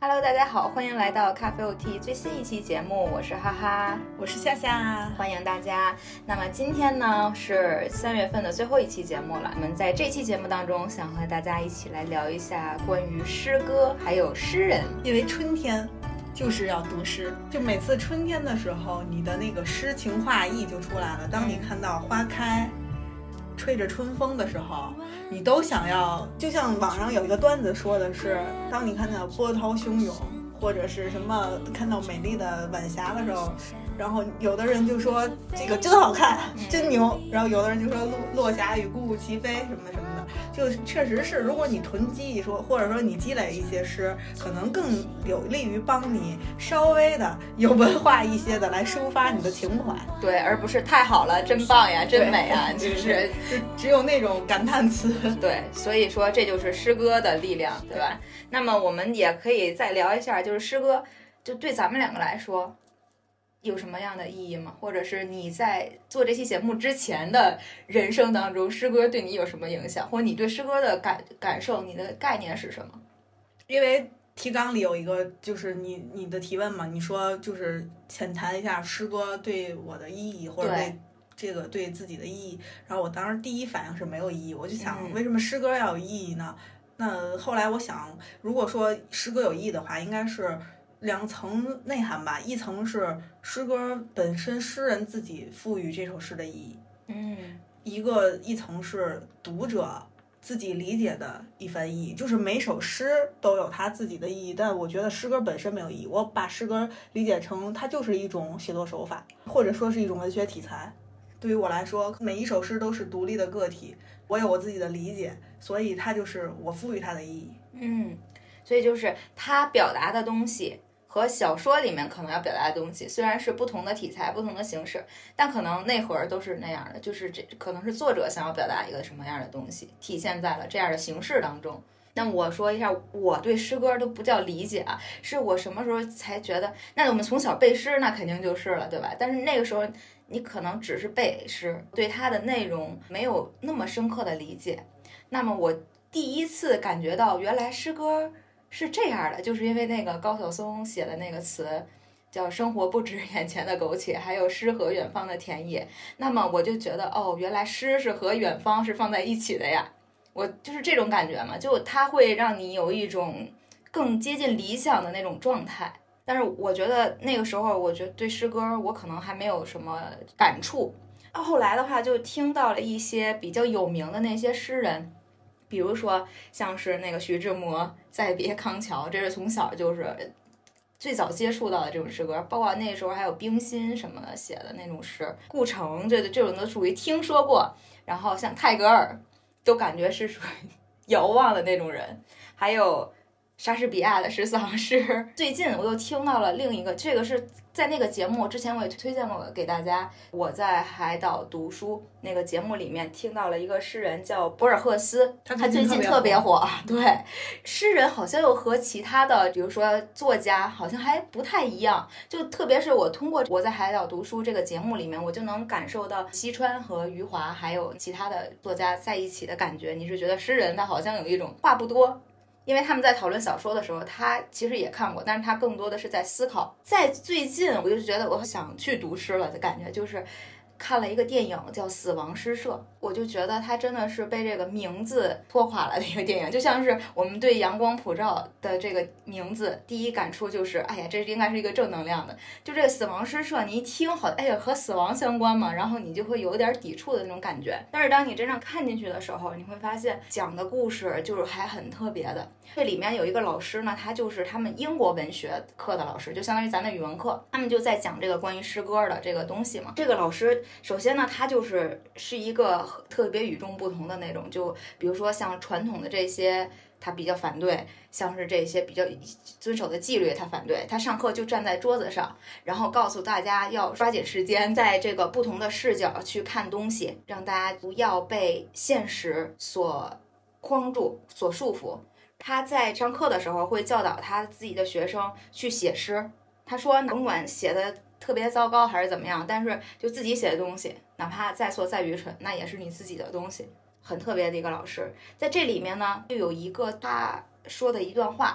Hello， 大家好，欢迎来到咖啡 OT 最新一期节目，我是哈哈， 我是夏夏， 欢迎大家。那么今天呢是3月份的最后一期节目了，我们在这期节目当中想和大家一起来聊一下关于诗歌还有诗人。 因为春天就是要读诗，就每次春天的时候，你的那个诗情画意就出来了。当你看到花开吹着春风的时候，你都想要，就像网上有一个段子说的是，当你看到波涛汹涌或者是什么看到美丽的晚霞的时候，然后有的人就说这个真好看真牛，然后有的人就说落霞与孤鹜齐飞什么什么的，就确实是，如果你囤积说，或者说你积累一些诗，可能更有利于帮你稍微的有文化一些的来抒发你的情怀， 对，而不是太好了真棒呀真美啊，就是只有那种感叹词。 对，所以说这就是诗歌的力量，对吧？那么我们也可以再聊一下，就是诗歌就对咱们两个来说有什么样的意义吗？或者是你在做这期节目之前的人生当中，诗歌对你有什么影响，或者你对诗歌的感受，你的概念是什么？ 因为提纲里有一个就是你的提问嘛，你说就是浅谈一下诗歌对我的意义，或者对这个对自己的意义。然后我当时第一反应是没有意义，我就想为什么诗歌要有意义呢？那后来我想，如果说诗歌有意义的话，应该是2层内涵吧。一层是诗歌本身诗人自己赋予这首诗的意义，一层是读者自己理解的一番意义，就是每首诗都有它自己的意义，但我觉得诗歌本身没有意义。我把诗歌理解成它就是一种写作手法，或者说是一种文学题材。对于我来说，每一首诗都是独立的个体，我有我自己的理解，所以它就是我赋予它的意义。 所以就是它表达的东西和小说里面可能要表达的东西虽然是不同的题材不同的形式，但可能内核都是那样的，就是这可能是作者想要表达一个什么样的东西体现在了这样的形式当中。那我说一下我对诗歌都不叫理解啊，是我什么时候才觉得，那我们从小背诗那肯定就是了，对吧？但是那个时候你可能只是背诗，对它的内容没有那么深刻的理解。那么我第一次感觉到原来诗歌是这样的，就是因为那个高晓松写的那个词叫生活不止眼前的苟且，还有诗和远方的田野。那么我就觉得原来诗是和远方是放在一起的呀，我就是这种感觉嘛，就它会让你有一种更接近理想的那种状态。但是我觉得那个时候我觉得对诗歌我可能还没有什么感触，后来的话就听到了一些比较有名的那些诗人，比如说像是那个徐志摩再别康桥，这是从小就是最早接触到的这种诗歌，包括那时候还有冰心什么的写的那种诗，顾城这种都属于听说过，然后像泰戈尔都感觉是属于遥望的那种人，还有莎士比亚的14行诗。最近我又听到了另一个，这个是在那个节目之前我也推荐过给大家，我在海岛读书那个节目里面听到了一个诗人叫博尔赫斯，他最近特别火。对，诗人好像又和其他的比如说作家好像还不太一样，就特别是我通过我在海岛读书这个节目里面，我就能感受到西川和余华还有其他的作家在一起的感觉。你是觉得诗人他好像有一种话不多，因为他们在讨论小说的时候他其实也看过，但是他更多的是在思考。在最近我就觉得我想去读诗了的感觉，就是看了一个电影叫《死亡诗社》，我就觉得它真的是被这个名字拖垮了的一个电影，就像是我们对阳光普照的这个名字第一感触就是哎呀这应该是一个正能量的，就这个死亡诗社你一听好哎呀和死亡相关嘛，然后你就会有点抵触的那种感觉。但是当你真正看进去的时候，你会发现讲的故事就是还很特别的。这里面有一个老师呢，他就是他们英国文学课的老师，就相当于咱的语文课，他们就在讲这个关于诗歌的这个东西嘛。这个老师首先呢，他是一个特别与众不同的那种，就比如说像传统的这些他比较反对，像是这些比较遵守的纪律他反对，他上课就站在桌子上，然后告诉大家要抓紧时间，在这个不同的视角去看东西，让大家不要被现实所框住所束缚。他在上课的时候会教导他自己的学生去写诗，他说甭管写的特别糟糕还是怎么样，但是就自己写的东西哪怕再错再愚蠢，那也是你自己的东西，很特别的一个老师。在这里面呢就有一个他说的一段话，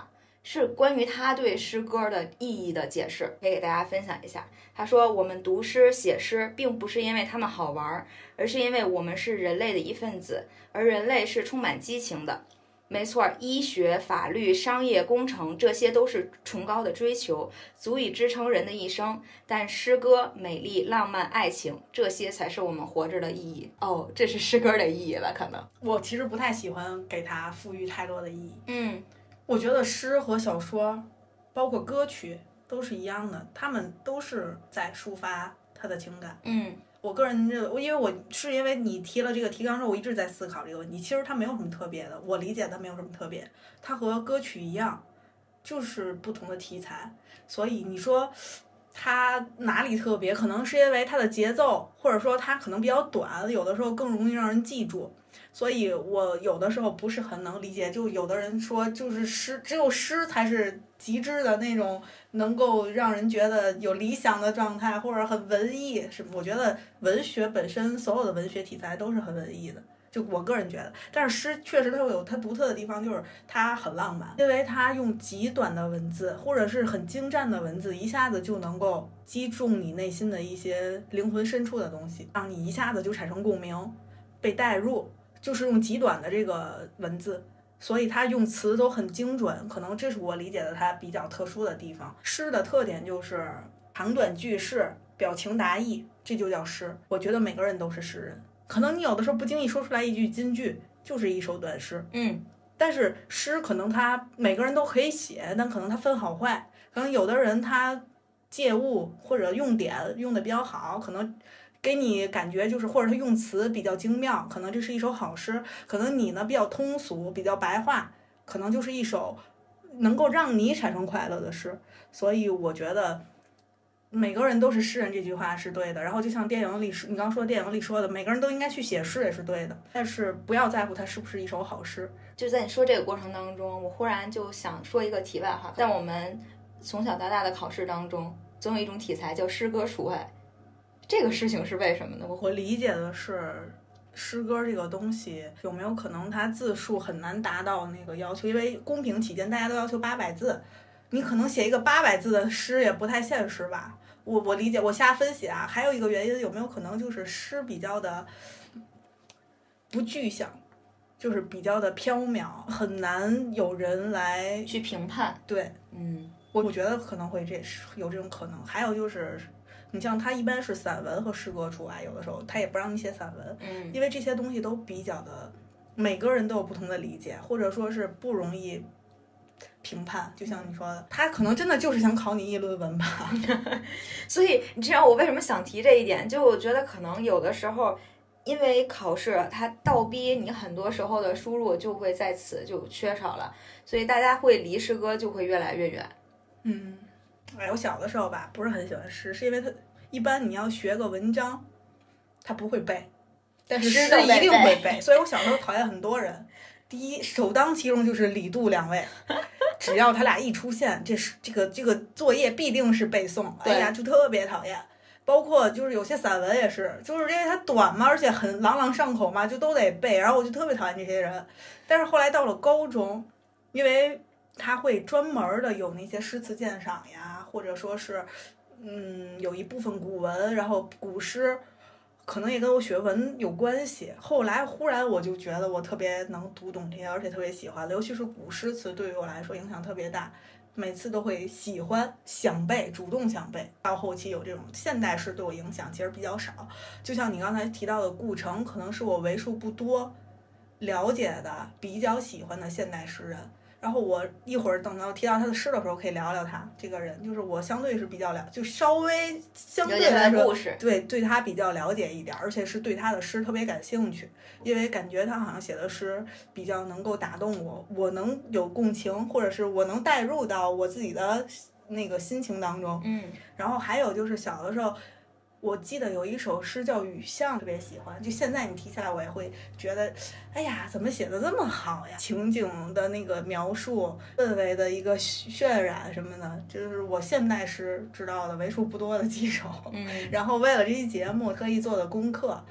是关于他对诗歌的意义的解释，可以给大家分享一下。他说，我们读诗写诗并不是因为他们好玩，而是因为我们是人类的一份子，而人类是充满激情的。没错，医学、法律、商业、工程，这些都是崇高的追求，足以支撑人的一生。但诗歌、美丽、浪漫、爱情，这些才是我们活着的意义。哦，这是诗歌的意义吧？可能我其实不太喜欢给它赋予太多的意义。我觉得诗和小说，包括歌曲都是一样的，他们都是在抒发他的情感。我个人因为你提了这个提纲之后，我一直在思考这个问题。其实它没有什么特别的，我理解它没有什么特别，它和歌曲一样，就是不同的题材。所以你说它哪里特别，可能是因为它的节奏，或者说它可能比较短，有的时候更容易让人记住。所以我有的时候不是很能理解，就有的人说就是诗，只有诗才是极致的那种能够让人觉得有理想的状态，或者很文艺。是我觉得文学本身所有的文学题材都是很文艺的，就我个人觉得。但是诗确实它有它独特的地方，就是它很浪漫，因为它用极短的文字或者是很精湛的文字，一下子就能够击中你内心的一些灵魂深处的东西，让你一下子就产生共鸣，被带入。就是用极短的这个文字，所以它用词都很精准，可能这是我理解的它比较特殊的地方。诗的特点就是长短句式，表情达意，这就叫诗。我觉得每个人都是诗人，可能你有的时候不经意说出来一句金句，就是一首短诗。但是诗可能他每个人都可以写，但可能他分好坏，可能有的人他借物或者用典用的比较好，可能给你感觉就是，或者他用词比较精妙，可能这是一首好诗。可能你呢比较通俗，比较白话，可能就是一首能够让你产生快乐的诗。所以我觉得每个人都是诗人这句话是对的。然后就像电影里你刚说电影里说的，每个人都应该去写诗也是对的，但是不要在乎它是不是一首好诗。 就在你说这个过程当中，我忽然就想说一个题外话，在我们从小到大的考试当中，总有一种题材叫诗歌除外。这个事情是为什么呢？ 我理解的是，诗歌这个东西有没有可能它字数很难达到那个要求？因为公平起见，大家都要求800字，你可能写一个800字的诗也不太现实吧？我理解，我瞎分析啊。还有一个原因，有没有可能就是诗比较的不具象，就是比较的缥缈，很难有人来去评判？ 对，我觉得可能会有这种可能。还有就是。你像它一般是散文和诗歌除外，有的时候它也不让你写散文，因为这些东西都比较的，每个人都有不同的理解，或者说是不容易评判。就像你说的，他可能真的就是想考你议论文吧。 所以你知道我为什么想提这一点？就我觉得可能有的时候，因为考试它倒逼你很多时候的输入就会在此就缺少了，所以大家会离诗歌就会越来越远。 我小的时候吧，不是很喜欢诗，是因为它一般你要学个文章，他不会背，但是诗一定会背。所以我小时候讨厌很多人，第一首当其冲就是李杜两位，只要他俩一出现，这个作业必定是背诵，哎呀，就特别讨厌。包括就是有些散文也是，就是因为它短嘛，而且很朗朗上口嘛，就都得背，然后我就特别讨厌这些人。但是后来到了高中，因为他会专门的有那些诗词鉴赏呀，或者说是有一部分古文，然后古诗可能也跟我学文有关系。后来忽然我就觉得我特别能读懂这些，而且特别喜欢的，尤其是古诗词对于我来说影响特别大，每次都会喜欢想背，主动想背。到后期有这种现代诗对我影响其实比较少，就像你刚才提到的顾城，可能是我为数不多了解的比较喜欢的现代诗人。然后我一会儿等到提到他的诗的时候，可以聊聊他这个人，就是我相对是比较就稍微相对来说对他比较了解一点，而且是对他的诗特别感兴趣，因为感觉他好像写的诗比较能够打动我，我能有共情，或者是我能带入到我自己的那个心情当中。然后还有就是小的时候，我记得有一首诗叫《雨巷》，特别喜欢。就现在你提起来，我也会觉得，哎呀，怎么写的这么好呀？情景的那个描述，氛围的一个渲染什么的，就是我现代诗知道的为数不多的几首。然后为了这期节目特意做的功课，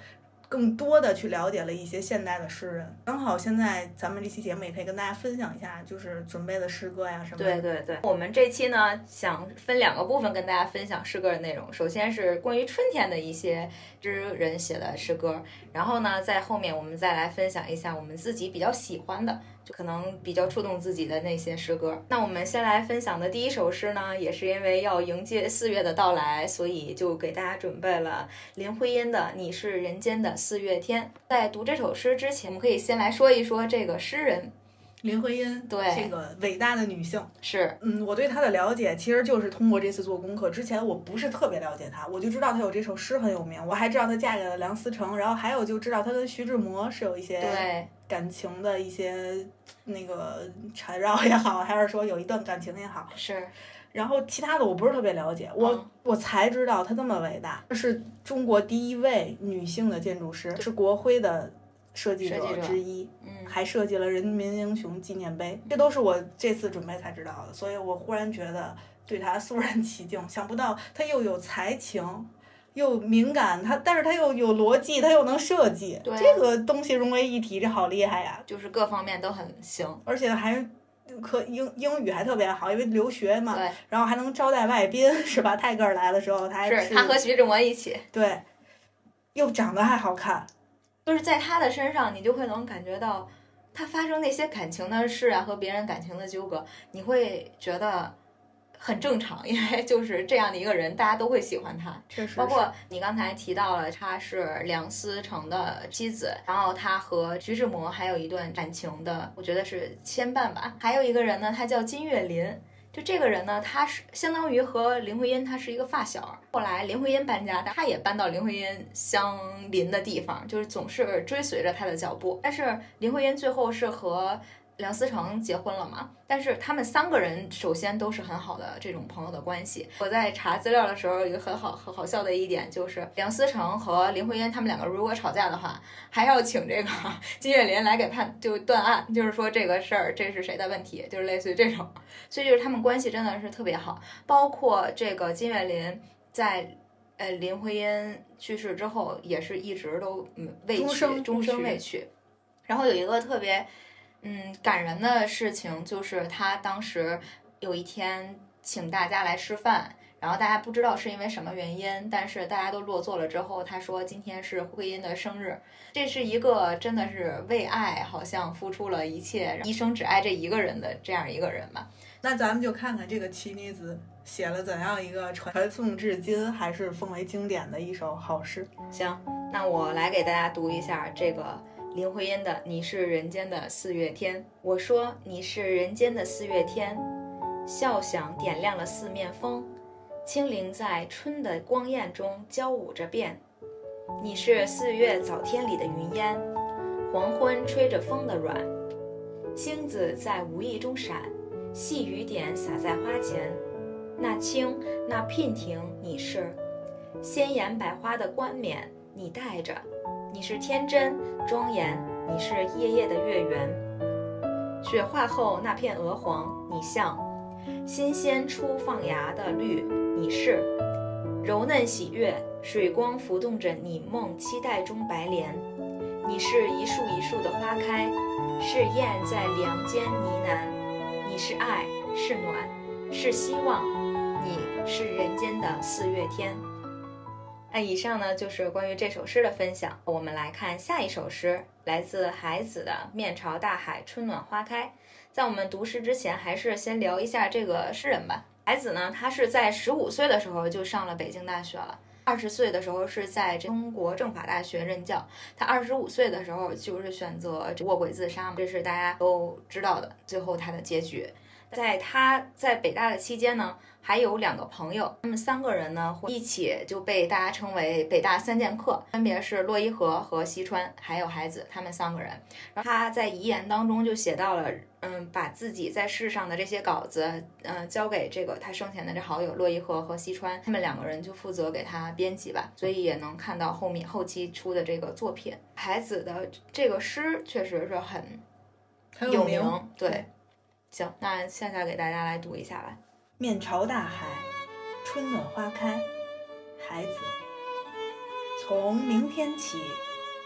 更多的去了解了一些现代的诗人。刚好现在咱们这期节目也可以跟大家分享一下，就是准备的诗歌呀什么的。 对对对，我们这期呢想分2个部分跟大家分享诗歌的内容。首先是关于春天的一些诗人写的诗歌，然后呢在后面我们再来分享一下我们自己比较喜欢的，就可能比较触动自己的那些诗歌。那我们先来分享的第一首诗呢，也是因为要迎接4月的到来，所以就给大家准备了林徽因的《你是人间的4月天》。在读这首诗之前，我们可以先来说一说这个诗人林徽因， 对， 这个伟大的女性是， 我对她的了解其实就是通过这次做功课。之前我不是特别了解她，我就知道她有这首诗很有名，我还知道她嫁给了梁思成，然后还有就知道她跟徐志摩是有一些感情的一些那个缠绕也好，还是说有一段感情也好， 是。 然后其他的我不是特别了解，我才知道她这么伟大，是中国第一位女性的建筑师，是国徽的设计者之一，还设计了人民英雄纪念碑，这都是我这次准备才知道的，所以我忽然觉得对她肃然起敬。想不到她又有才情，又敏感，但是她又有逻辑，她又能设计，这个东西融为一体，这好厉害呀！ 就是各方面都很行， 而且还英语还特别好，因为留学嘛，然后还能招待外宾，是吧？泰戈尔来的时候， 他和徐志摩一起， 对，又长得还好看。 就是在他的身上，你就会能感觉到他发生那些感情的事啊，和别人感情的纠葛，你会觉得很正常，因为就是这样的一个人，大家都会喜欢他。 确实， 包括你刚才提到了，他是梁思成的妻子，然后他和徐志摩还有一段感情的，我觉得是牵绊吧。还有一个人呢，他叫金岳霖。就这个人呢，他是相当于和林徽因他是一个发小。后来林徽因搬家，他也搬到林徽因相邻的地方，就是总是追随着他的脚步。但是林徽因最后是和梁思成结婚了嘛，但是他们3个人首先都是很好的这种朋友的关系。我在查资料的时候，有一个很好笑的一点就是，梁思成和林徽因他们2个如果吵架的话，还要请这个金岳霖来给就断案，就是说这个事儿这是谁的问题，就是类似于这种。所以就是他们关系真的是特别好，包括这个金岳霖在林徽因去世之后，也是一直都终生未娶。然后有一个特别感人的事情，就是他当时有一天请大家来吃饭，然后大家不知道是因为什么原因，但是大家都落座了之后，他说今天是徽因的生日。这是一个真的是为爱好像付出了一切，一生只爱这一个人的这样一个人吧。 那咱们就看看这个奇女子写了怎样一个传颂至今还是奉为经典的一首好诗。 行，那我来给大家读一下这个林徽因的《你是人间的4月天》。我说你是人间的4月天，笑响点亮了四面风，轻灵在春的光艳中交舞着变。你是4月早天里的云烟，黄昏吹着风的软，星子在无意中闪，细雨点洒在花前。那青那娉婷你是，鲜艳百花的冠冕你戴着，你是天真庄严，你是夜夜的月圆。雪化后那片鹅黄你像，新鲜初放芽的绿你是，柔嫩喜悦水光浮动着你梦期待中白莲。你是一树一树的花开，是燕在梁间呢喃。你是爱，是暖，是希望，你是人间的4月天。以上呢就是关于这首诗的分享。我们来看下一首诗，来自海子的《面朝大海，春暖花开》。在我们读诗之前，还是先聊一下这个诗人吧。海子呢，他是在15岁的时候就上了北京大学了。20岁的时候是在中国政法大学任教，他25岁的时候就是选择卧轨自杀嘛，这是大家都知道的，最后他的结局。在他在北大的期间呢，还有2个朋友，他们3个人呢一起就被大家称为北大3剑客，分别是骆一河和西川还有海子，他们3个人。然后他在遗言当中就写到了把自己在世上的这些稿子交给这个他生前的这好友骆一河和西川，他们2个人就负责给他编辑吧，所以也能看到后期出的这个作品。海子的这个诗确实是很有名，对。行，那夏给大家来读一下吧。 面朝大海，春暖花开。孩子，从明天起，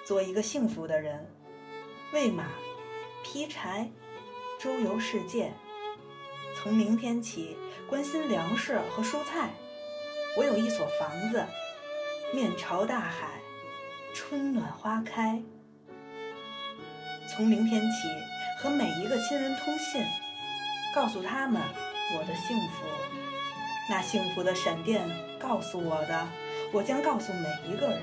做一个幸福的人，喂马，劈柴，周游世界。从明天起，关心粮食和蔬菜。我有一所房子，面朝大海，春暖花开。从明天起，和每一个亲人通信，告诉他们我的幸福。那幸福的闪电告诉我的，我将告诉每一个人。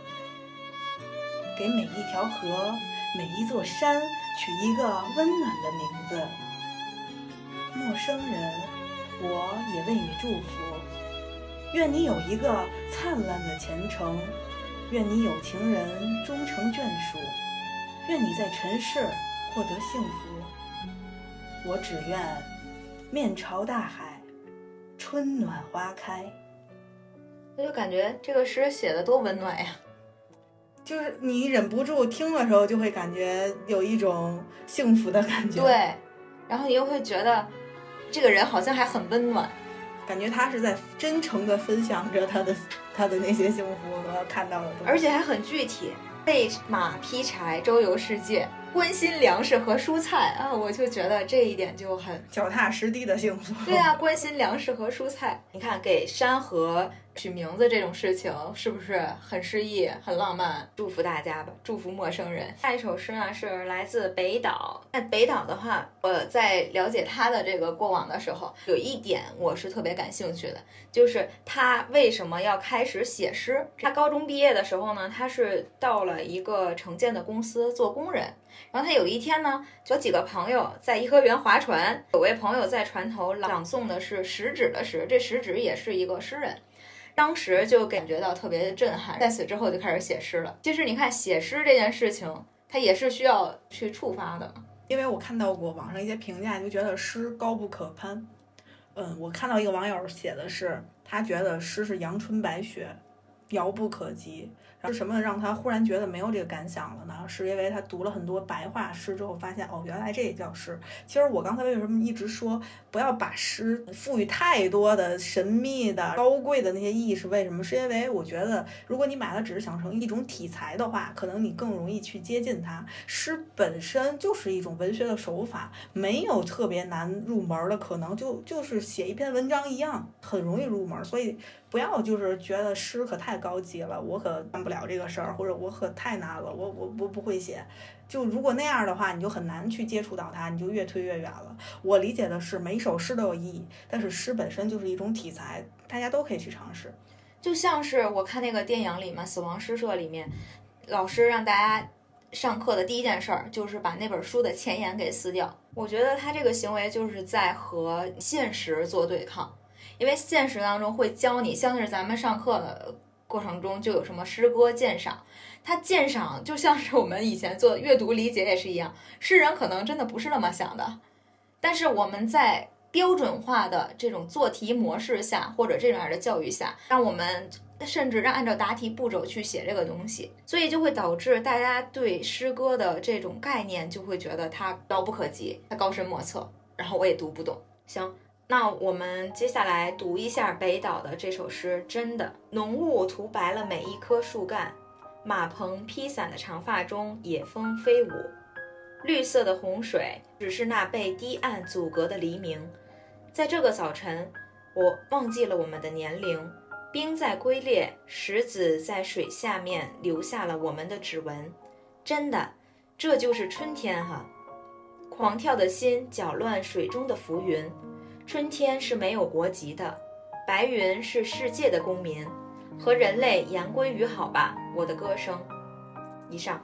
给每一条河，每一座山取一个温暖的名字。陌生人，我也为你祝福。愿你有一个灿烂的前程，愿你有情人终成眷属，愿你在尘世获得幸福。我只愿面朝大海，春暖花开。 我就感觉这个诗写的多温暖呀， 就是你忍不住听的时候就会感觉有一种幸福的感觉。 对，然后你又会觉得这个人好像还很温暖， 感觉他是在真诚地分享着他的那些幸福和看到的东西， 而且还很具体，喂马劈柴，周游世界，关心粮食和蔬菜啊，我就觉得这一点就很脚踏实地的幸福。 对啊，关心粮食和蔬菜，你看给山河取名字这种事情是不是很诗意很浪漫？祝福大家吧，祝福陌生人。下一首诗呢是来自北岛。那北岛的话，我在了解他的这个过往的时候，有一点我是特别感兴趣的，就是他为什么要开始写诗。他高中毕业的时候呢，他是到了一个城建的公司做工人，然后他有一天呢，有几个朋友在颐和园划船，有位朋友在船头朗诵的是食指的食，这食指也是一个诗人，当时就感觉到特别的震撼，在此之后就开始写诗了。其实你看写诗这件事情，它也是需要去触发的嘛。 因为我看到过网上一些评价，就觉得诗高不可攀。我看到一个网友写的是，他觉得诗是阳春白雪，遥不可及。是什么让他忽然觉得没有这个感想了呢？是因为他读了很多白话诗之后，发现原来这也叫诗。其实我刚才为什么一直说不要把诗赋予太多的神秘的、高贵的那些意义？是为什么？是因为我觉得，如果你把它只是想成一种题材的话，可能你更容易去接近它。诗本身就是一种文学的手法，没有特别难入门的可能，就是写一篇文章一样，很容易入门。所以不要就是觉得诗可太高级了，我可干不了这个事儿，或者我可太难了，我不会写。就如果那样的话，你就很难去接触到它，你就越推越远了。我理解的是每一首诗都有意义，但是诗本身就是一种题材，大家都可以去尝试。 就像是我看那个电影里面《死亡诗社》里面，老师让大家上课的第一件事儿就是把那本书的前言给撕掉。我觉得他这个行为就是在和现实做对抗，因为现实当中会教你，像是咱们上课的过程中就有什么诗歌鉴赏，它鉴赏就像是我们以前做阅读理解也是一样，诗人可能真的不是那么想的，但是我们在标准化的这种做题模式下，或者这样的教育下，让我们甚至让按照答题步骤去写这个东西，所以就会导致大家对诗歌的这种概念就会觉得它遥不可及，它高深莫测，然后我也读不懂。行，那我们接下来读一下北岛的这首诗。真的，浓雾涂白了每一棵树干，马棚披散的长发中野蜂飞舞，绿色的洪水只是那被堤岸阻隔的黎明。在这个早晨，我忘记了我们的年龄，冰在龟裂，石子在水下面留下了我们的指纹。真的，这就是春天哈！狂跳的心搅乱水中的浮云。春天是没有国籍的，白云是世界的公民，和人类言归于好吧，我的歌声。以上。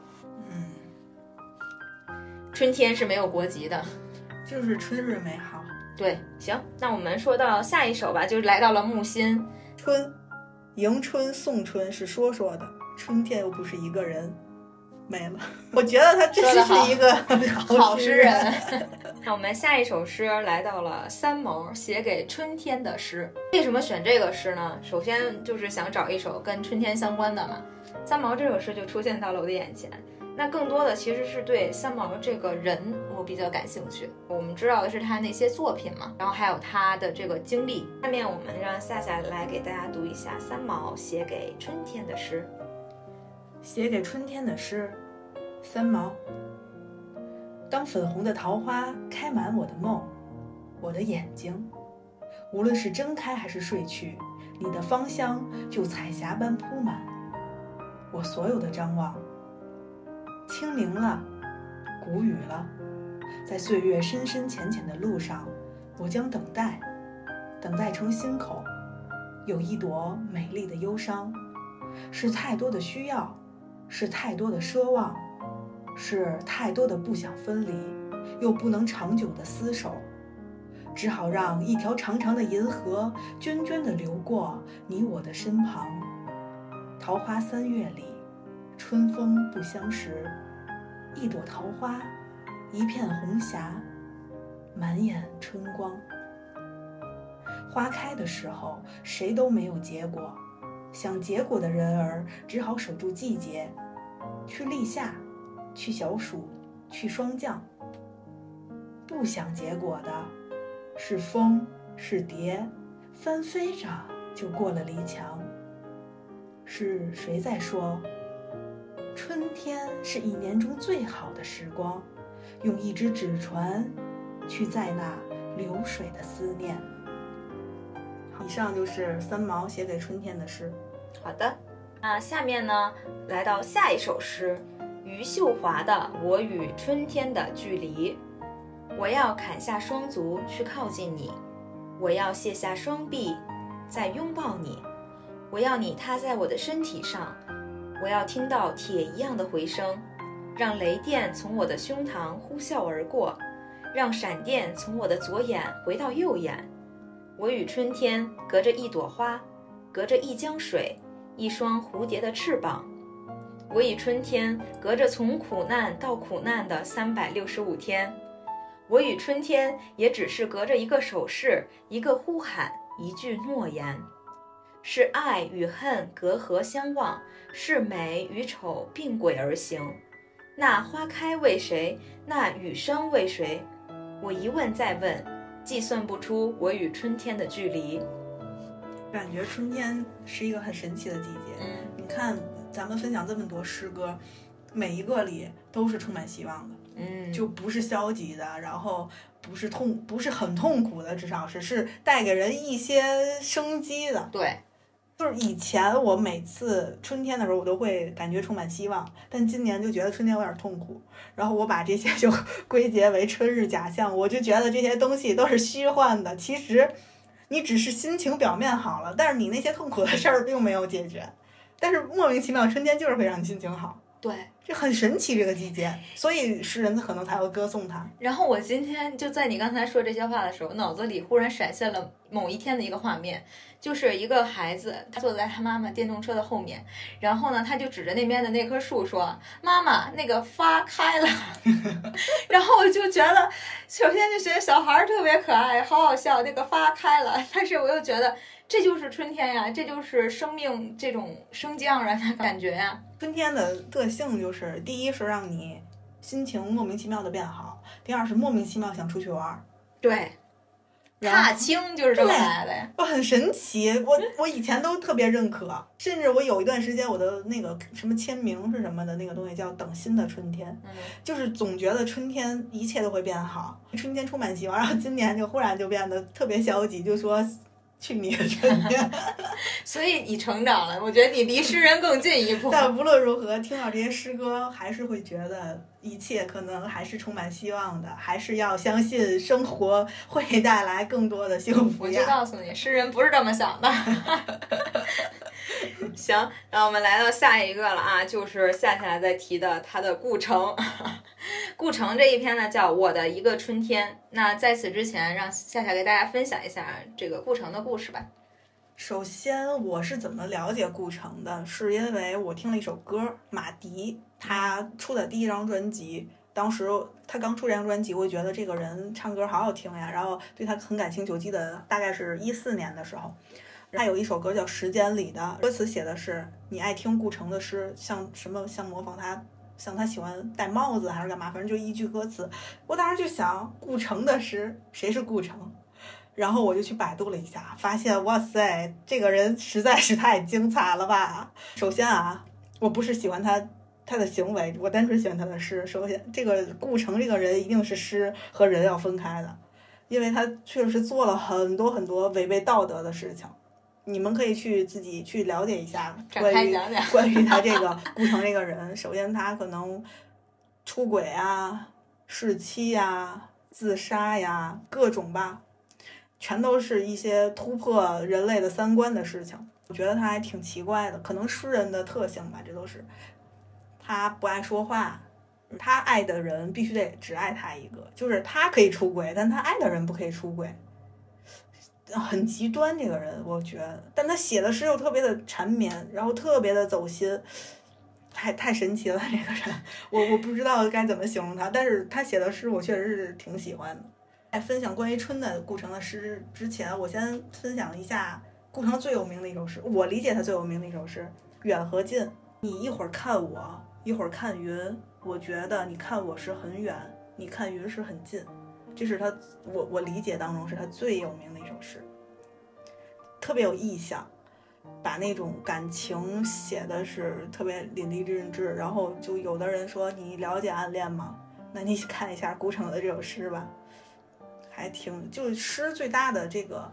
春天是没有国籍的， 就是春日美好。 对，行，那我们说到下一首吧，就来到了木心。 春，迎春送春是说的，春天又不是一个人。没了，我觉得他真是一个好诗人。那我们下一首诗来到了三毛写给春天的诗。为什么选这个诗呢？首先就是想找一首跟春天相关的嘛。三毛这首诗就出现到了我的眼前。那更多的其实是对三毛这个人我比较感兴趣。我们知道的是他那些作品嘛，然后还有他的这个经历。下面我们让夏夏来给大家读一下三毛写给春天的诗。 写给春天的诗，三毛。当粉红的桃花开满我的梦，我的眼睛，无论是睁开还是睡去，你的芳香就彩霞般铺满我所有的张望。清明了，谷雨了，在岁月深深浅浅的路上，我将等待，等待成心口有一朵美丽的忧伤，是太多的需要，是太多的奢望，是太多的不想分离，又不能长久的厮守，只好让一条长长的银河涓涓地流过你我的身旁。桃花三月里，春风不相识，一朵桃花，一片红霞，满眼春光。花开的时候，谁都没有结果，想结果的人儿只好守住季节，去立夏，去小暑，去霜降。不想结果的，是风，是蝶，翻飞着就过了篱墙。是谁在说，春天是一年中最好的时光，用一只纸船去载那流水的思念。以上就是三毛写给春天的诗。 好的，那下面呢，来到下一首诗，余秀华的《我与春天的距离》。我要砍下双足去靠近你，我要卸下双臂再拥抱你，我要你踏在我的身体上，我要听到铁一样的回声，让雷电从我的胸膛呼啸而过，让闪电从我的左眼回到右眼。我与春天隔着一朵花，隔着一江水，一双蝴蝶的翅膀。我与春天隔着从苦难到苦难的365天。我与春天也只是隔着一个手势，一个呼喊，一句诺言。是爱与恨隔河相望，是美与丑并轨而行。那花开为谁？那雨声为谁？我一问再问，计算不出我与春天的距离。 感觉春天是一个很神奇的季节。你看咱们分享这么多诗歌，每一个里都是充满希望的。就不是消极的，然后不是很痛苦的，至少是带给人一些生机的。 对， 就是以前我每次春天的时候，我都会感觉充满希望，但今年就觉得春天有点痛苦，然后我把这些就归结为春日假象，我就觉得这些东西都是虚幻的。其实你只是心情表面好了，但是你那些痛苦的事儿并没有解决，但是莫名其妙春天就是会让你心情好。 对， 这很神奇这个季节，所以诗人可能才会歌颂它。 然后我今天就在你刚才说这些话的时候，脑子里忽然闪现了某一天的一个画面，就是一个孩子，他坐在他妈妈电动车的后面，然后呢，他就指着那边的那棵树说：“妈妈，那个花开了。”然后我就觉得，首先就觉得小孩特别可爱，好好笑，那个花开了，但是我又觉得这就是春天呀，这就是生命这种生机盎然的感觉呀。 春天的特性就是，第一是让你心情莫名其妙的变好，第二是莫名其妙想出去玩。 对，踏青就是这么来的呀。 我很神奇，我以前都特别认可，甚至我有一段时间我的那个什么签名是什么的那个东西叫等新的春天，就是总觉得春天一切都会变好，春天充满希望，然后今年就忽然就变得特别消极，就说去你的春天。 所以你成长了，我觉得你离诗人更近一步。 但无论如何，听到这些诗歌，还是会觉得一切可能还是充满希望的，还是要相信生活会带来更多的幸福呀。 我就告诉你，诗人不是这么想的。行，然后我们来到下一个了啊，就是夏夏在提的他的顾城。顾城这一篇呢叫《我的一个春天》。那在此之前，让夏夏给大家分享一下这个顾城的故事吧。 首先，我是怎么了解顾城的？是因为我听了一首歌，马迪他出的第一张专辑。当时他刚出这张专辑，我就觉得这个人唱歌好好听呀，然后对他很感兴趣。我记得大概是14年的时候，他有一首歌叫《时间里的》，歌词写的是你爱听顾城的诗，像什么像模仿他，像他喜欢戴帽子还是干嘛，反正就一句歌词。我当时就想，顾城的诗谁是顾城？然后我就去百度了一下，发现哇塞，这个人实在是太精彩了吧！首先啊， 我不是喜欢他的行为，我单纯喜欢他的诗。首先，这个顾城这个人一定是诗和人要分开的，因为他确实做了很多很多违背道德的事情。你们可以自己去了解一下关于他这个顾城这个人。首先，他可能出轨啊、弑妻呀、自杀呀，各种吧，全都是一些突破人类的三观的事情。我觉得他还挺奇怪的，可能诗人的特性吧，这都是。他不爱说话，他爱的人必须得只爱他一个，就是他可以出轨，但他爱的人不可以出轨。很极端这个人，我觉得，但他写的诗又特别的缠绵，然后特别的走心，太神奇了这个人，我不知道该怎么形容他，但是他写的诗我确实是挺喜欢的。在分享关于春的顾城的诗之前，我先分享一下顾城最有名的一首诗，我理解他最有名的一首诗《远和近》。你一会儿看我，一会儿看云，我觉得你看我是很远，你看云是很近。这是他我理解当中是他最有名的一首诗，特别有意象，把那种感情写的是特别淋漓尽致。然后就有的人说你了解暗恋吗？那你看一下顾城的这首诗吧，还挺就是诗最大的这个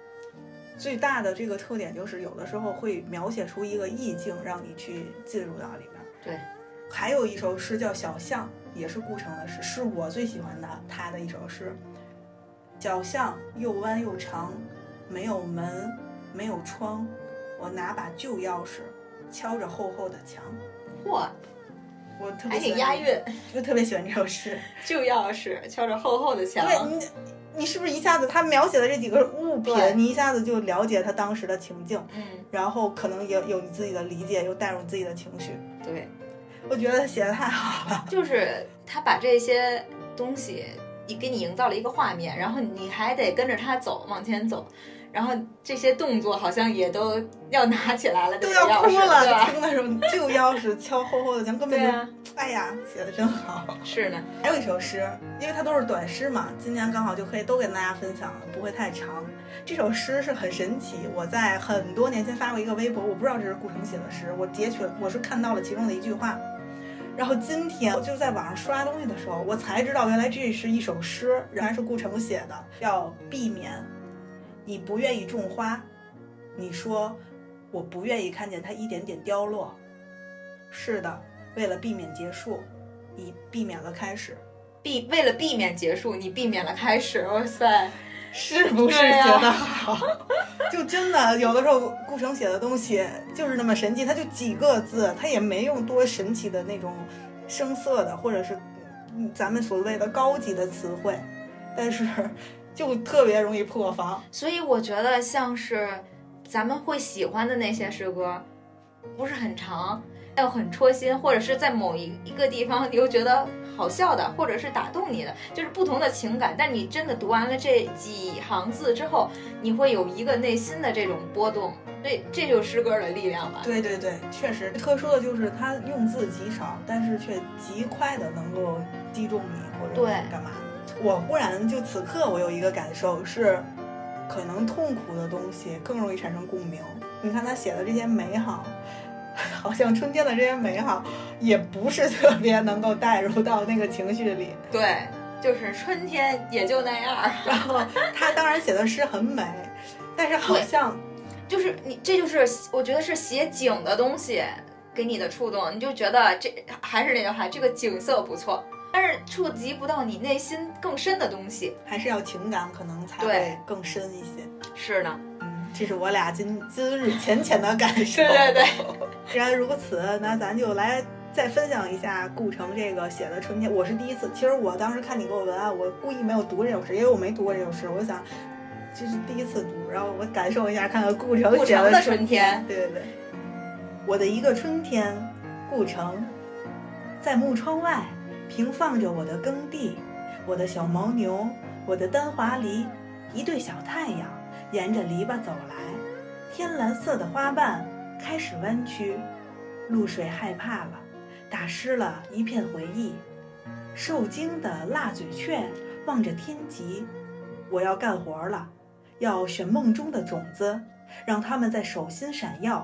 特点就是有的时候会描写出一个意境，让你去进入到里边。 对， 还有一首诗叫《小巷》，也是顾城的诗，是我最喜欢的他的一首诗。小巷又弯又长，没有门，没有窗，我拿把旧钥匙敲着厚厚的墙。 嚯， 我特别还挺押韵， 就特别喜欢这首诗。 旧钥匙敲着厚厚的墙。 对，你是不是一下子他描写的这几个物品，你一下子就了解他当时的情境，然后可能也有你自己的理解，又带入你自己的情绪。 对， 我觉得他写的太好了， 就是他把这些东西给你营造了一个画面，然后你还得跟着他走，往前走，然后这些动作好像也都要拿起来了， 都要哭了。听那种旧钥匙敲厚厚的墙，根本就哎呀，写的真好。 是呢， 还有一首诗，因为它都是短诗嘛，今年刚好就可以都跟大家分享了，不会太长。这首诗是很神奇，我在很多年前发过一个微博，我不知道这是顾城写的诗，我截取了，我是看到了其中的一句话。然后今天我就在网上刷东西的时候，我才知道原来这是一首诗，原来是顾城写的，要避免。你不愿意种花，你说我不愿意看见它一点点凋落。是的，为了避免结束，你避免了开始。 为了避免结束，你避免了开始。哇塞， 是不是写得好？就真的有的时候顾城写的东西就是那么神奇，他就几个字，他也没用多神奇的那种生涩的或者是咱们所谓的高级的词汇，但是就特别容易破防。 所以我觉得像是咱们会喜欢的那些诗歌不是很长，又很戳心，或者是在某一个地方你又觉得好笑的，或者是打动你的，就是不同的情感。但你真的读完了这几行字之后，你会有一个内心的这种波动，这就是诗歌的力量吧。 对对对，确实特殊的就是它用字极少，但是却极快的能够击中你，或者干嘛。我忽然就此刻我有一个感受是，可能痛苦的东西更容易产生共鸣。你看他写的这些美好，好像春天的这些美好也不是特别能够带入到那个情绪里。 对，就是春天也就那样。 然后他当然写的诗很美，但是好像就是这就是我觉得是写景的东西给你的触动，你就觉得这还是那句话，这个景色不错，但是触及不到你内心更深的东西， 还是要情感可能才会更深一些。 是的， 这是我俩今日浅的感受。 对对对， 既然如此，那咱就来再分享一下顾城这个写的春天。我是第一次，其实我当时看你给我文案，我故意没有读这首诗，因为我没读过这首诗，我想这是第一次读，然后我感受一下，看看顾城写的春天。 对对对，我的一个春天，顾城，在木窗外平放着我的耕地，我的小牦牛，我的单华梨，一对小太阳沿着篱笆走来，天蓝色的花瓣开始弯曲，露水害怕了，打湿了一片回忆。受惊的蜡嘴雀望着天极，我要干活了，要选梦中的种子，让它们在手心闪耀，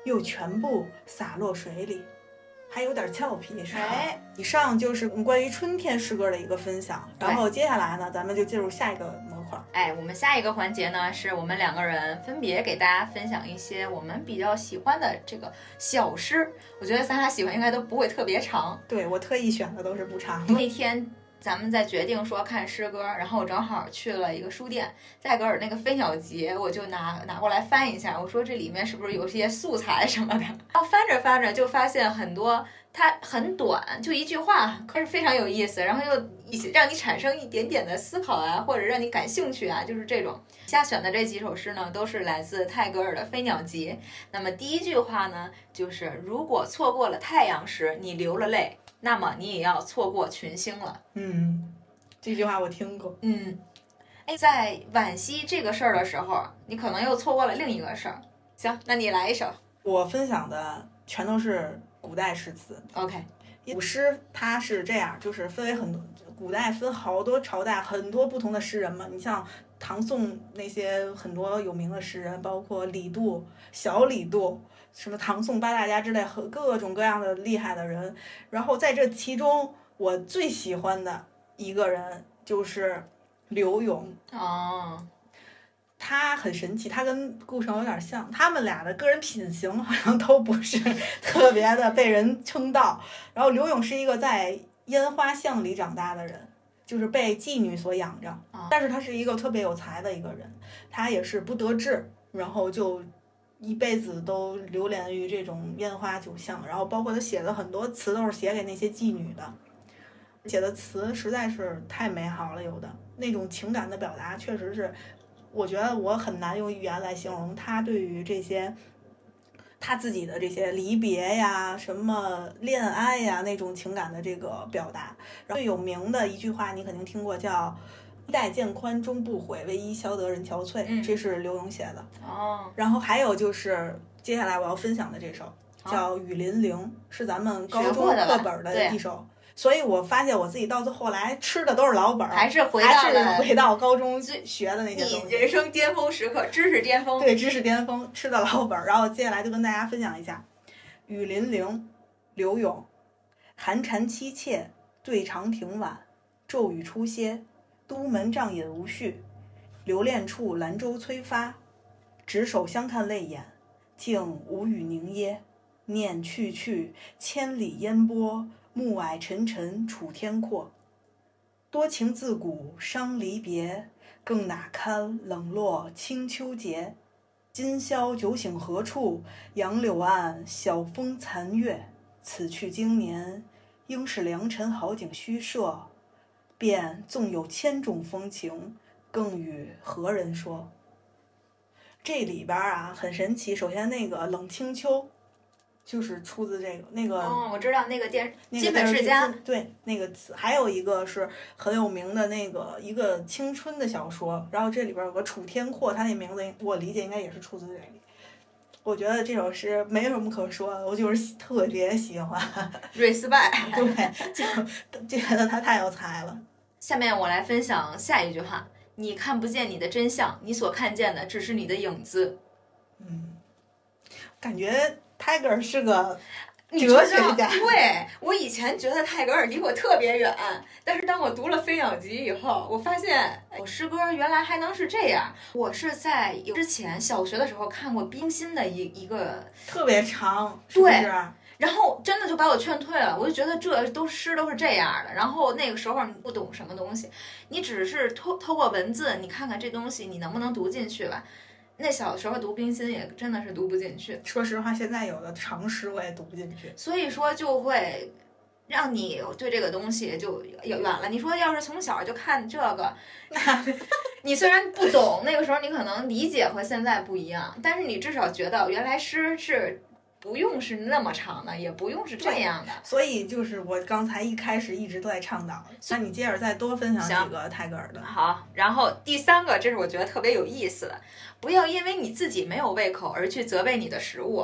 又全部洒落水里，还有点俏皮是吧？ 哎， 以上就是关于春天诗歌的一个分享，然后接下来呢，咱们就进入下一个模块。 哎，我们下一个环节呢，是我们两个人分别给大家分享一些我们比较喜欢的这个小诗。我觉得咱俩喜欢应该都不会特别长。 对，我特意选的都是不长的。 那天咱们在决定说看诗歌，然后我正好去了一个书店，泰戈尔那个《飞鸟集》，我就拿过来翻一下，我说这里面是不是有些素材什么的？然后翻着翻着就发现很多，它很短，就一句话，可是非常有意思，然后又让你产生一点点的思考啊，或者让你感兴趣啊，就是这种。下选的这几首诗呢，都是来自泰戈尔的《飞鸟集》。那么第一句话呢，就是如果错过了太阳时你流了泪，那么你也要错过群星了。 这句话我听过。 哎，在惋惜这个事儿的时候，你可能又错过了另一个事儿。行，那你来一首。 我分享的全都是古代诗词。 OK， 古诗它是这样，就是分为很多，古代分好多朝代，很多不同的诗人嘛。你像唐宋那些很多有名的诗人，包括李杜、小李杜。什么唐宋八大家之类和各种各样的厉害的人，然后在这其中，我最喜欢的一个人就是柳永。他很神奇，他跟顾城有点像，他们俩的个人品行好像都不是特别的被人称道。然后柳永是一个在烟花巷里长大的人，就是被妓女所养着，但是他是一个特别有才的一个人，他也是不得志，然后就一辈子都流连于这种烟花酒巷，然后包括他写的很多词都是写给那些妓女的，写的词实在是太美好了，有的那种情感的表达确实是，我觉得我很难用语言来形容他对于这些他自己的这些离别呀、什么恋爱呀那种情感的这个表达。然后最有名的一句话你肯定听过，叫衣带渐宽终不悔，为伊消得人憔悴，这是柳永写的。然后还有就是接下来我要分享的这首叫《雨霖铃》，是咱们高中课本的一首。所以我发现我自己到后来吃的都是老本， 还是回到高中学的那些东西。 你人生巅峰时刻，知识巅峰。 对，知识巅峰，吃的老本。然后接下来就跟大家分享一下《雨霖铃》，柳永。寒蝉凄切，对长亭晚，骤雨初歇，都门帐饮无绪。留恋处兰舟催发，执手相看泪眼，竟无语凝噎。念去去，千里烟波，暮霭沉沉楚天阔。多情自古伤离别，更哪堪冷落清秋节。今宵酒醒何处？杨柳岸，晓风残月。此去经年，应是良辰好景虚设。便纵有千种风情，更与何人说？这里边啊很神奇。首先那个冷清秋就是出自那个我知道那个基本世家， 对，那个词。还有一个是很有名的那个一个青春的小说，然后这里边有个楚天阔，他那名字我理解应该也是出自这里。我觉得这首诗没什么可说的，我就是特别喜欢。 respect， 对，就觉得他太有才了。 下面我来分享下一句话：你看不见你的真相，你所看见的只是你的影子。 感觉泰戈尔是个哲学家。 对，我以前觉得泰戈尔离我特别远，但是当我读了《飞鸟集》以后，我发现我诗歌原来还能是这样。我是在之前小学的时候看过冰心的一个特别长，是不是？ 对，然后真的就把我劝退了，我就觉得诗都是这样的。然后那个时候你不懂什么东西，你只是透过文字，你看看这东西你能不能读进去吧。那小时候读冰心也真的是读不进去。 说实话，现在有的长诗我也读不进去。 所以说就会让你对这个东西就远了。你说要是从小就看这个，你虽然不懂，那个时候你可能理解和现在不一样，但是你至少觉得原来诗是不用是那么长的，也不用是这样的。 所以就是我刚才一开始一直都在倡导，那你接着再多分享几个泰戈尔的。 好，然后第三个，这是我觉得特别有意思的，不要因为你自己没有胃口而去责备你的食物。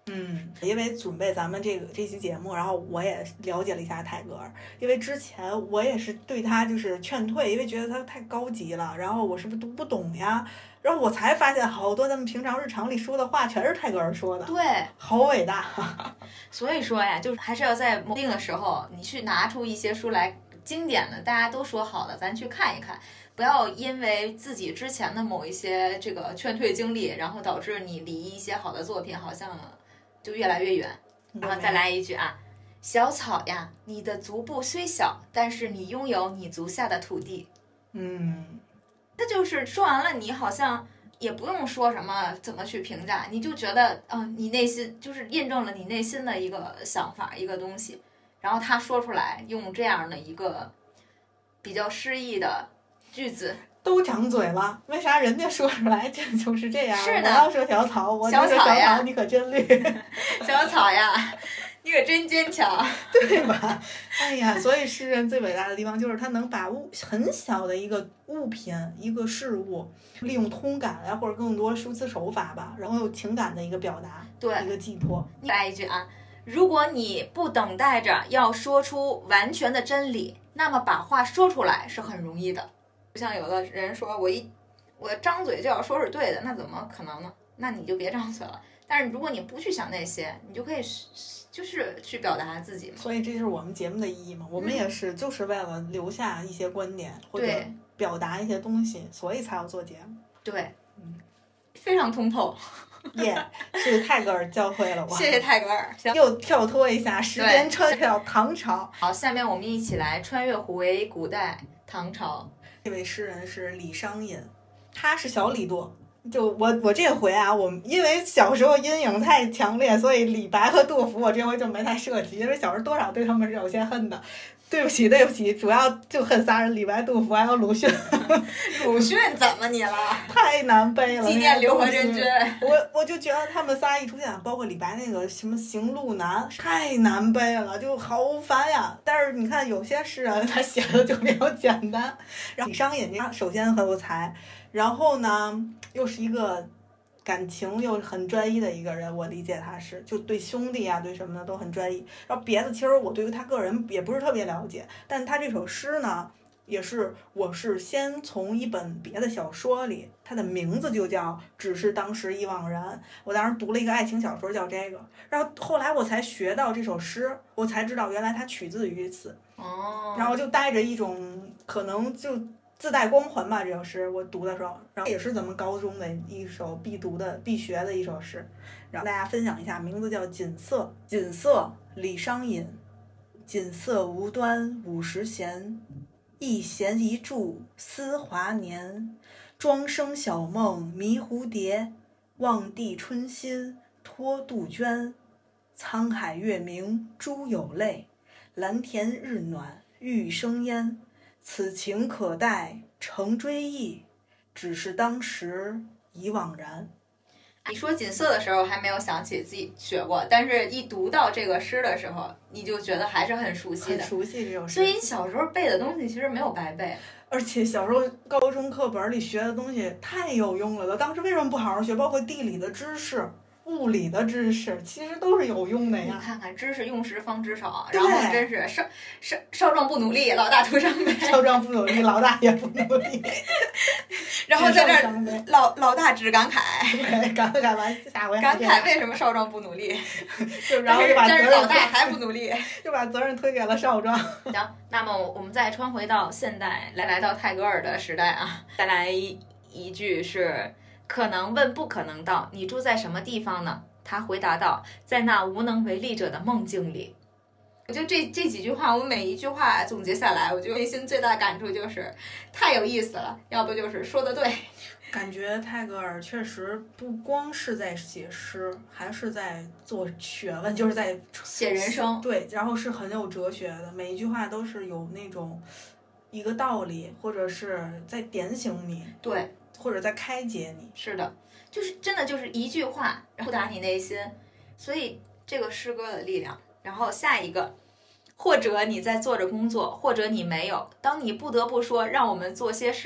因为准备咱们这期节目，然后我也了解了一下泰戈尔，因为之前我也是对他就是劝退，因为觉得他太高级了，然后我是不是读不懂呀？然后我才发现好多咱们平常日常里说的话全是泰戈尔说的， 对， 好伟大。 所以说呀，就是还是要在某定的时候，你去拿出一些书来，经典的，大家都说好的，咱去看一看。不要因为自己之前的某一些这个劝退经历，然后导致你离一些好的作品好像就越来越远。然后再来一句啊，小草呀，你的足部虽小，但是你拥有你足下的土地。他就是说完了，你好像也不用说什么怎么去评价，你就觉得你内心就是印证了你内心的一个想法，一个东西。然后他说出来，用这样的一个比较诗意的句子， 都长嘴了，为啥人家说出来这就是这样？ 是的， 我要说小草，我就说小草，你可真绿。 小草呀，你可真坚强， 对吧？哎呀，所以诗人最伟大的地方就是他能把很小的一个物品、一个事物，利用通感啊，或者更多修辞手法吧，然后有情感的一个表达， 对， 一个寄托。 来一句啊，如果你不等待着要说出完全的真理，那么把话说出来是很容易的。不像有的人说我张嘴就要说是对的，那怎么可能呢？那你就别张嘴了。但是如果你不去想那些，你就可以就是去表达自己嘛。 所以这就是我们节目的意义嘛。我们也是就是为了留下一些观点或者表达一些东西，所以才要做节目。 对，非常通透。 是泰戈尔教会了我。 谢谢泰戈尔。 又跳脱一下时间，穿越到唐朝。 好，下面我们一起来穿越回古代唐朝。 这位诗人是李商隐，他是小李杜。就我这回啊，我因为小时候阴影太强烈，所以李白和杜甫我这回就没太涉及，因为小时候多少对他们是有些恨的。对不起，主要就恨仨人：李白、杜甫还有鲁迅。 鲁迅怎么你了？ 太难背了。 纪念刘和珍君。 我就觉得他们仨一出现，包括李白那个什么行路难，太难背了，就好烦呀。但是你看有些诗人他写的就比较简单。然后李商隐这首先很有才，然后呢又是一个感情又很专一的一个人，我理解他是就对兄弟啊对什么的都很专一。然后别的其实我对于他个人也不是特别了解，但他这首诗呢也是我是先从一本别的小说里，它的名字就叫只是当时一惘然，我当时读了一个爱情小说叫这个，然后后来我才学到这首诗，我才知道原来它取自于此。然后就带着一种可能就自带光环吧，这首诗我读的时候，然后也是咱们高中的一首必读的必学的一首诗，然后大家分享一下，名字叫《锦瑟》。锦瑟，李商隐。锦瑟无端50弦，一弦一柱思华年。庄生晓梦迷蝴蝶，望帝春心托杜鹃。沧海月明珠有泪，蓝田日暖玉生烟。此情可待成追忆，只是当时已惘然。 你说锦瑟的时候还没有想起自己学过，但是一读到这个诗的时候，你就觉得还是很熟悉的， 很熟悉这首诗。 所以你小时候背的东西其实没有白背， 而且小时候高中课本里学的东西太有用了的。当时为什么不好好学？包括地理的知识、物理的知识，其实都是有用的呀。 你看看，知识用时方知少，然后真是少壮不努力，老大徒伤悲。 少壮不努力，老大也不努力。 然后在这儿老大只感慨， 对，感慨完下回感慨为什么少壮不努力， 然后就把责任老大还不努力， 就把责任推给了少壮。 行，那么我们再穿回到现代，来到泰戈尔的时代啊，再来一句是可能问不可能道，你住在什么地方呢？他回答道，在那无能为力者的梦境里。我觉得这几句话，我每一句话总结下来，我觉得内心最大的感触就是太有意思了，要不就是说的对。 感觉泰戈尔确实不光是在写诗，还是在做学问，就是在写人生。 对，然后是很有哲学的，每一句话都是有那种一个道理，或者是在点醒你， 对， 或者在开解你。 是的，就是真的就是一句话触达你内心，所以这个诗歌的力量。然后下一个，或者你在做着工作，或者你没有，当你不得不说让我们做些事吧，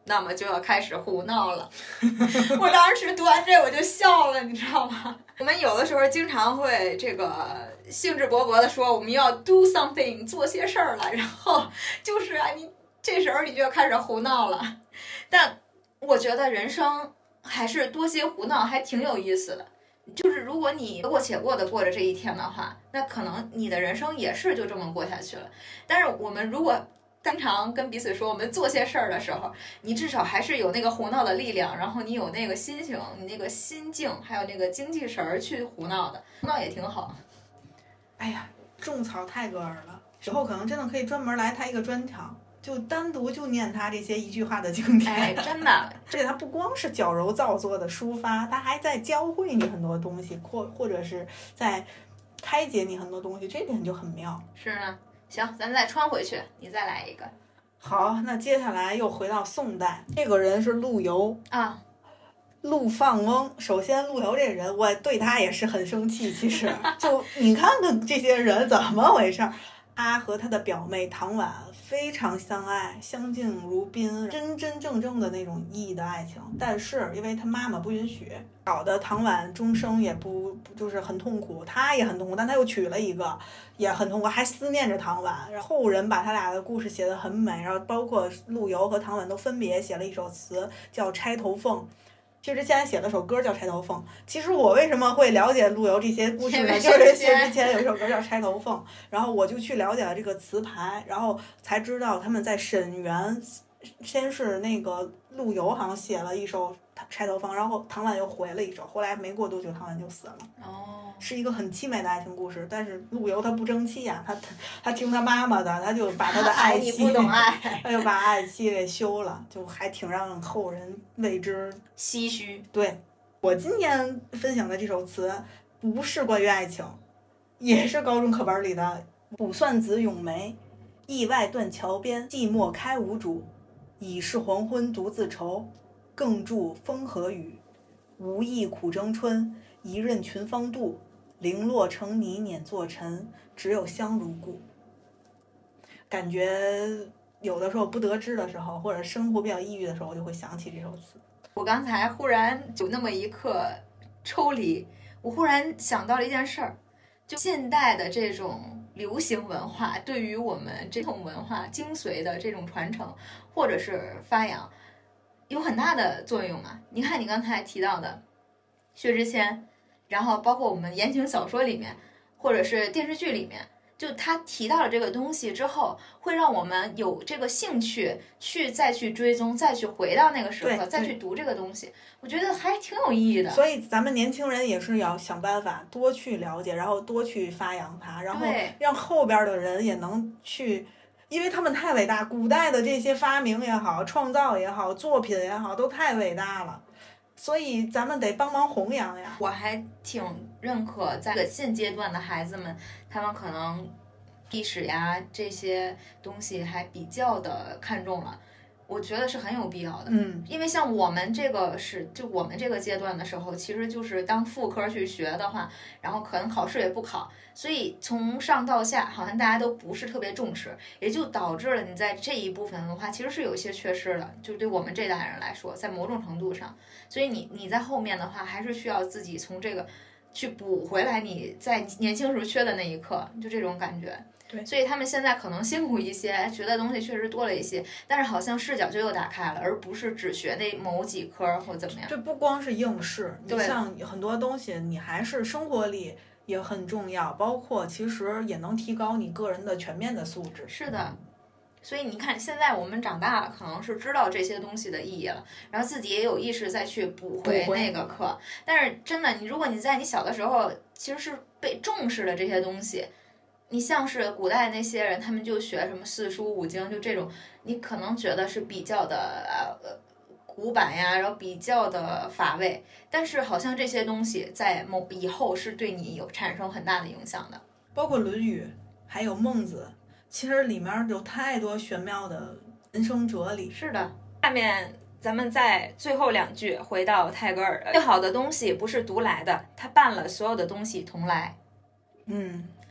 那么就要开始胡闹了。我当时读完这我就笑了，你知道吗？我们有的时候经常会这个兴致勃勃的说我们要 do something 做些事儿了，然后就是啊，你这时候你就要开始胡闹了。但我觉得人生还是多些胡闹还挺有意思的。就是如果你得过且过的过着这一天的话，那可能你的人生也是就这么过下去了。但是我们如果经常跟彼此说我们做些事儿的时候，你至少还是有那个胡闹的力量，然后你有那个心情，你那个心境，还有那个精气神儿去胡闹的，胡闹也挺好。 哎呀，种草泰戈尔了，以后可能真的可以专门来他一个专场，就单独就念他这些一句话的经典。 哎，真的， 而且他不光是矫揉造作的抒发，他还在教会你很多东西，或者是在开解你很多东西，这点就很妙。 是呢。行，咱再穿回去，你再来一个。 好，那接下来又回到宋代，这个人是陆游啊。 陆放翁。首先，陆游这个人，我对他也是很生气。其实，就你看看这些人怎么回事儿。他和他的表妹唐婉非常相爱，相敬如宾，真真正正的那种意义的爱情。但是因为他妈妈不允许，搞得唐婉终生也不就是很痛苦，他也很痛苦，但他又娶了一个，也很痛苦，还思念着唐婉。然后后人把他俩的故事写得很美，然后包括陆游和唐婉都分别写了一首词叫《钗头凤》。其实现在写了首歌叫《钗头凤》。其实我为什么会了解陆游这些故事呢？就是薛之谦有一首歌叫《钗头凤》，然后我就去了解了这个词牌，然后才知道他们在沈园，先是那个陆游好像写了一首《钗头凤》，然后唐婉又回了一首，后来没过多久唐婉就死了。 哦， 是一个很凄美的爱情故事，但是陆游他不争气呀，他听他妈妈的，他就把他的爱妻， 你不懂爱， 他就把爱妻给休了，就还挺让后人为之唏嘘。 对，我今天分享的这首词不是关于爱情，也是高中课本里的《卜算子·咏梅》：意外断桥边，寂寞开无主，已是黄昏独自愁，更著风和雨，无意苦争春，一任群芳妒，零落成泥碾作尘，只有香如故。感觉有的时候不得志的时候，或者生活比较抑郁的时候，我就会想起这首词。 我刚才忽然有那么一刻抽离，我忽然想到了一件事儿，就现代的这种流行文化对于我们这种文化精髓的这种传承或者是发扬有很大的作用啊。你看你刚才提到的薛之谦，然后包括我们言情小说里面或者是电视剧里面，就他提到了这个东西之后，会让我们有这个兴趣去再去追踪，再去回到那个时刻，再去读这个东西，我觉得还挺有意义的。 所以咱们年轻人也是要想办法多去了解，然后多去发扬它，然后让后边的人也能去，因为他们太伟大，古代的这些发明也好，创造也好，作品也好，都太伟大了。所以咱们得帮忙弘扬呀。 我还挺认可在现阶段的孩子们，他们可能历史呀这些东西还比较的看重了，我觉得是很有必要的。因为像我们这个就我们这个阶段的时候，其实就是当副科去学的话，然后可能考试也不考，所以从上到下好像大家都不是特别重视，也就导致了你在这一部分文化其实是有一些缺失的，就对我们这代人来说，在某种程度上，所以你在后面的话还是需要自己从这个去补回来你在年轻时候缺的那一刻，就这种感觉。 对， 所以他们现在可能辛苦一些，学的东西确实多了一些，但是好像视角就又打开了，而不是只学那某几科或怎么样。 这不光是应试，你像很多东西，你还是生活里也很重要，包括其实也能提高你个人的全面的素质。 是的。所以你看，现在我们长大了，可能是知道这些东西的意义了，然后自己也有意识再去补回那个课。但是真的，如果你在你小的时候其实是被重视的这些东西，你像是古代那些人，他们就学什么四书五经，就这种，你可能觉得是比较的古板呀，然后比较的乏味，但是好像这些东西在以后是对你有产生很大的影响的。 包括《论语》，还有《孟子》。其实里面有太多玄妙的人生哲理。 是的，下面咱们再最后两句回到泰戈尔，最好的东西不是独来的，他伴了所有的东西同来。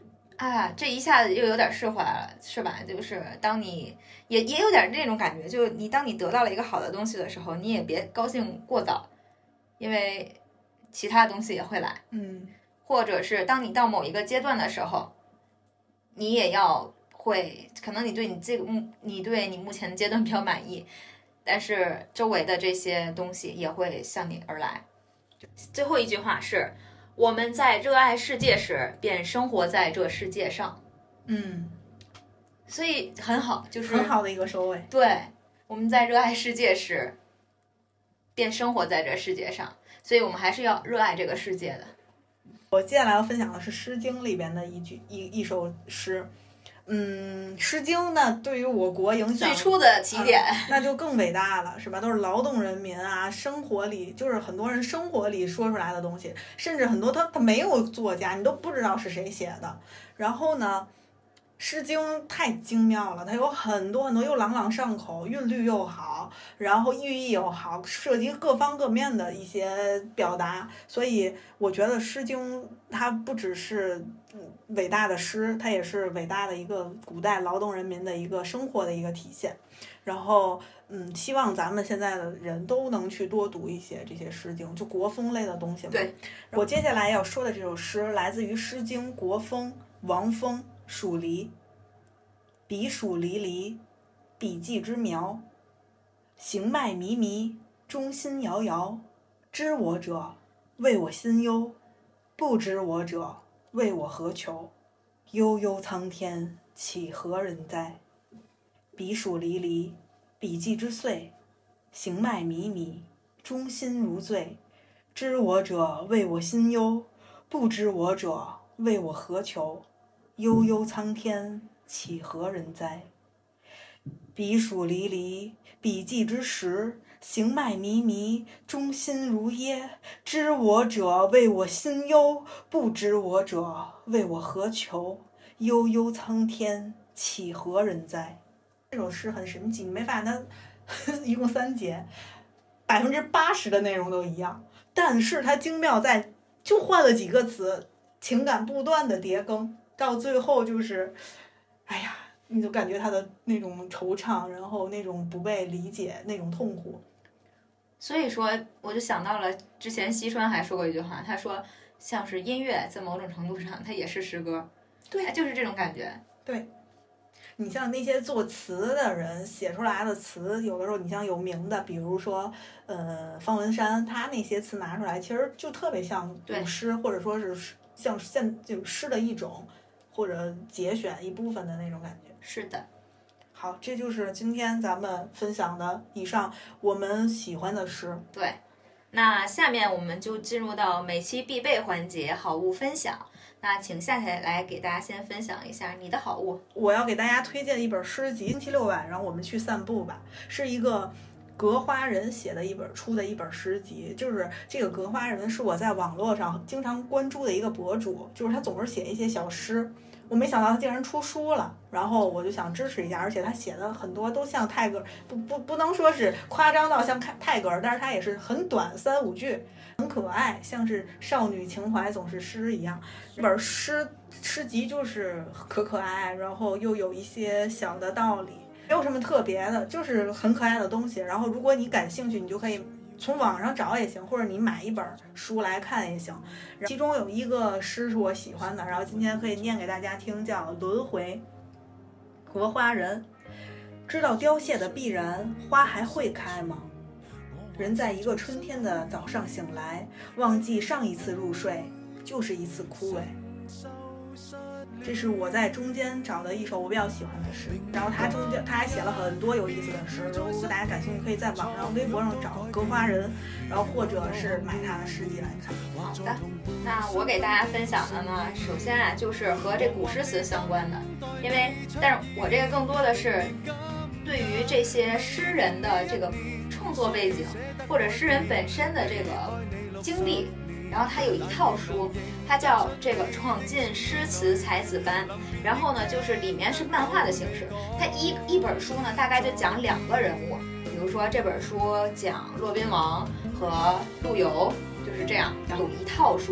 啊，这一下子又有点释怀了，是吧？就是当你也有点这种感觉，就当你得到了一个好的东西的时候，你也别高兴过早，因为其他东西也会来。或者是当你到某一个阶段的时候，你也要可能你对你目前的阶段比较满意，但是周围的这些东西也会向你而来。最后一句话是，我们在热爱世界时，便生活在这世界上。所以很好，就是很好的一个收尾。 对，我们在热爱世界时，便生活在这世界上，所以我们还是要热爱这个世界的。 我接下来要分享的是《诗经》里边的一首诗。《诗经》呢，对于我国影响最初的起点， 那就更伟大了，是吧？都是劳动人民啊，生活里就是很多人生活里说出来的东西，甚至很多他没有作家，你都不知道是谁写的。然后呢，《诗经》太精妙了，它有很多很多又朗朗上口，韵律又好，然后寓意又好，涉及各方各面的一些表达。所以我觉得《诗经》它不只是伟大的诗，它也是伟大的一个古代劳动人民的一个生活的一个体现。然后希望咱们现在的人都能去多读一些这些诗经，就国风类的东西嘛。 对， 我接下来要说的这首诗来自于《诗经·国风·王风·属离》。彼黍离离，笔记之苗。行迈靡靡，中心摇摇。知我者，谓我心忧；不知我者，谓我何求。悠悠苍天，岂何人哉？彼黍离离，笔记之岁。行迈靡靡，中心如醉。知我者，谓我心忧；不知我者，谓我何求。悠悠苍天，岂何人哉？彼黍离离，笔记之时。行迈靡靡，中心如噎。知我者，谓我心忧；不知我者，谓我何求。悠悠苍天，岂何人哉？这首诗很神奇，你没发现它一共3节，80%的内容都一样，但是它精妙在就换了几个词，情感不断的叠更，到最后就是，哎呀，你就感觉他的那种惆怅，然后那种不被理解，那种痛苦。 所以说，我就想到了之前西川还说过一句话，他说像是音乐在某种程度上它也是诗歌， 对， 就是这种感觉。 对，你像那些作词的人写出来的词，有的时候你像有名的，比如说方文山，他那些词拿出来，其实就特别像古诗，或者说是像就是诗的一种，或者节选一部分的那种感觉。 是的。 好，这就是今天咱们分享的以上我们喜欢的诗。 对，那下面我们就进入到每期必备环节好物分享。那请夏夏来给大家先分享一下你的好物。 我要给大家推荐一本诗集，星期六晚上我们去散步吧，是一个格花人写的出的一本诗集。就是这个格花人是我在网络上经常关注的一个博主，就是他总是写一些小诗，我没想到他竟然出书了，然后我就想支持一下，而且他写的很多都像泰戈尔，不能说是夸张到像泰戈尔，但是他也是很短3、5句，很可爱，像是少女情怀总是诗一样。这本诗集就是可爱，然后又有一些小的道理，没有什么特别的，就是很可爱的东西。然后如果你感兴趣，你就可以从网上找也行，或者你买一本书来看也行。其中有一个诗是我喜欢的，然后今天可以念给大家听，叫《轮回》。荷花人，知道凋谢的必然，花还会开吗？人在一个春天的早上醒来，忘记上一次入睡就是一次枯萎。这是我在中间找的一首我比较喜欢的诗，然后他还写了很多有意思的诗，如果大家感兴趣可以在网上微博上找格花人，然后或者是买他的诗集来看。 好的，那我给大家分享的呢，首先啊就是和这古诗词相关的，但是我这个更多的是对于这些诗人的这个创作背景或者诗人本身的这个经历。然后它有一套书，它叫这个创进诗词才子班，然后呢就是里面是漫画的形式，它一本书呢大概就讲2个人物，比如说这本书讲骆宾王和陆游，就是这样有一套书，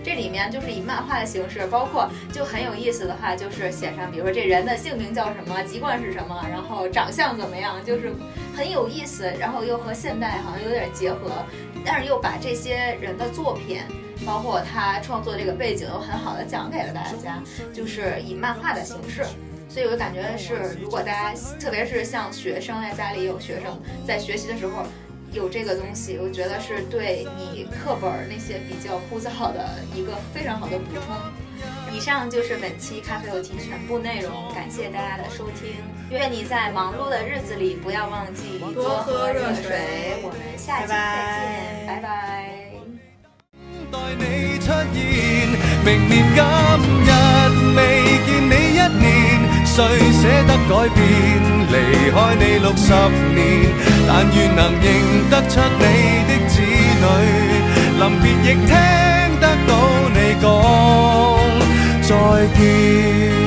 这里面就是以漫画的形式，包括就很有意思的话，就是写上比如说这人的姓名叫什么，籍贯是什么，然后长相怎么样，就是很有意思，然后又和现代好像有点结合，但是又把这些人的作品包括他创作这个背景又很好的讲给了大家，就是以漫画的形式。所以我就感觉是，如果大家特别是像学生呀，家里有学生在学习的时候有这个东西，我觉得是对你课本那些比较枯燥的一个非常好的补充。以上就是本期咖啡有题全部内容，感谢大家的收听。愿你在忙碌的日子里不要忘记多喝热水。我们下期再见，拜拜。 待你出現，明年今日未見你一年，誰捨得改變？離開你60年，但願能認得出你的子女，臨別亦聽得到你講再見。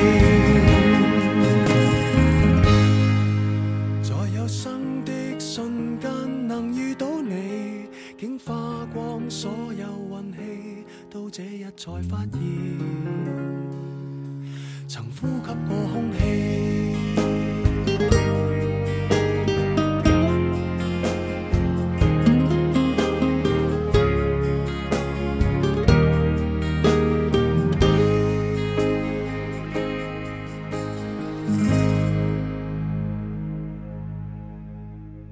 在有生的瞬間能遇到你，竟花光所有運氣，到這日才發現，曾呼吸過空氣。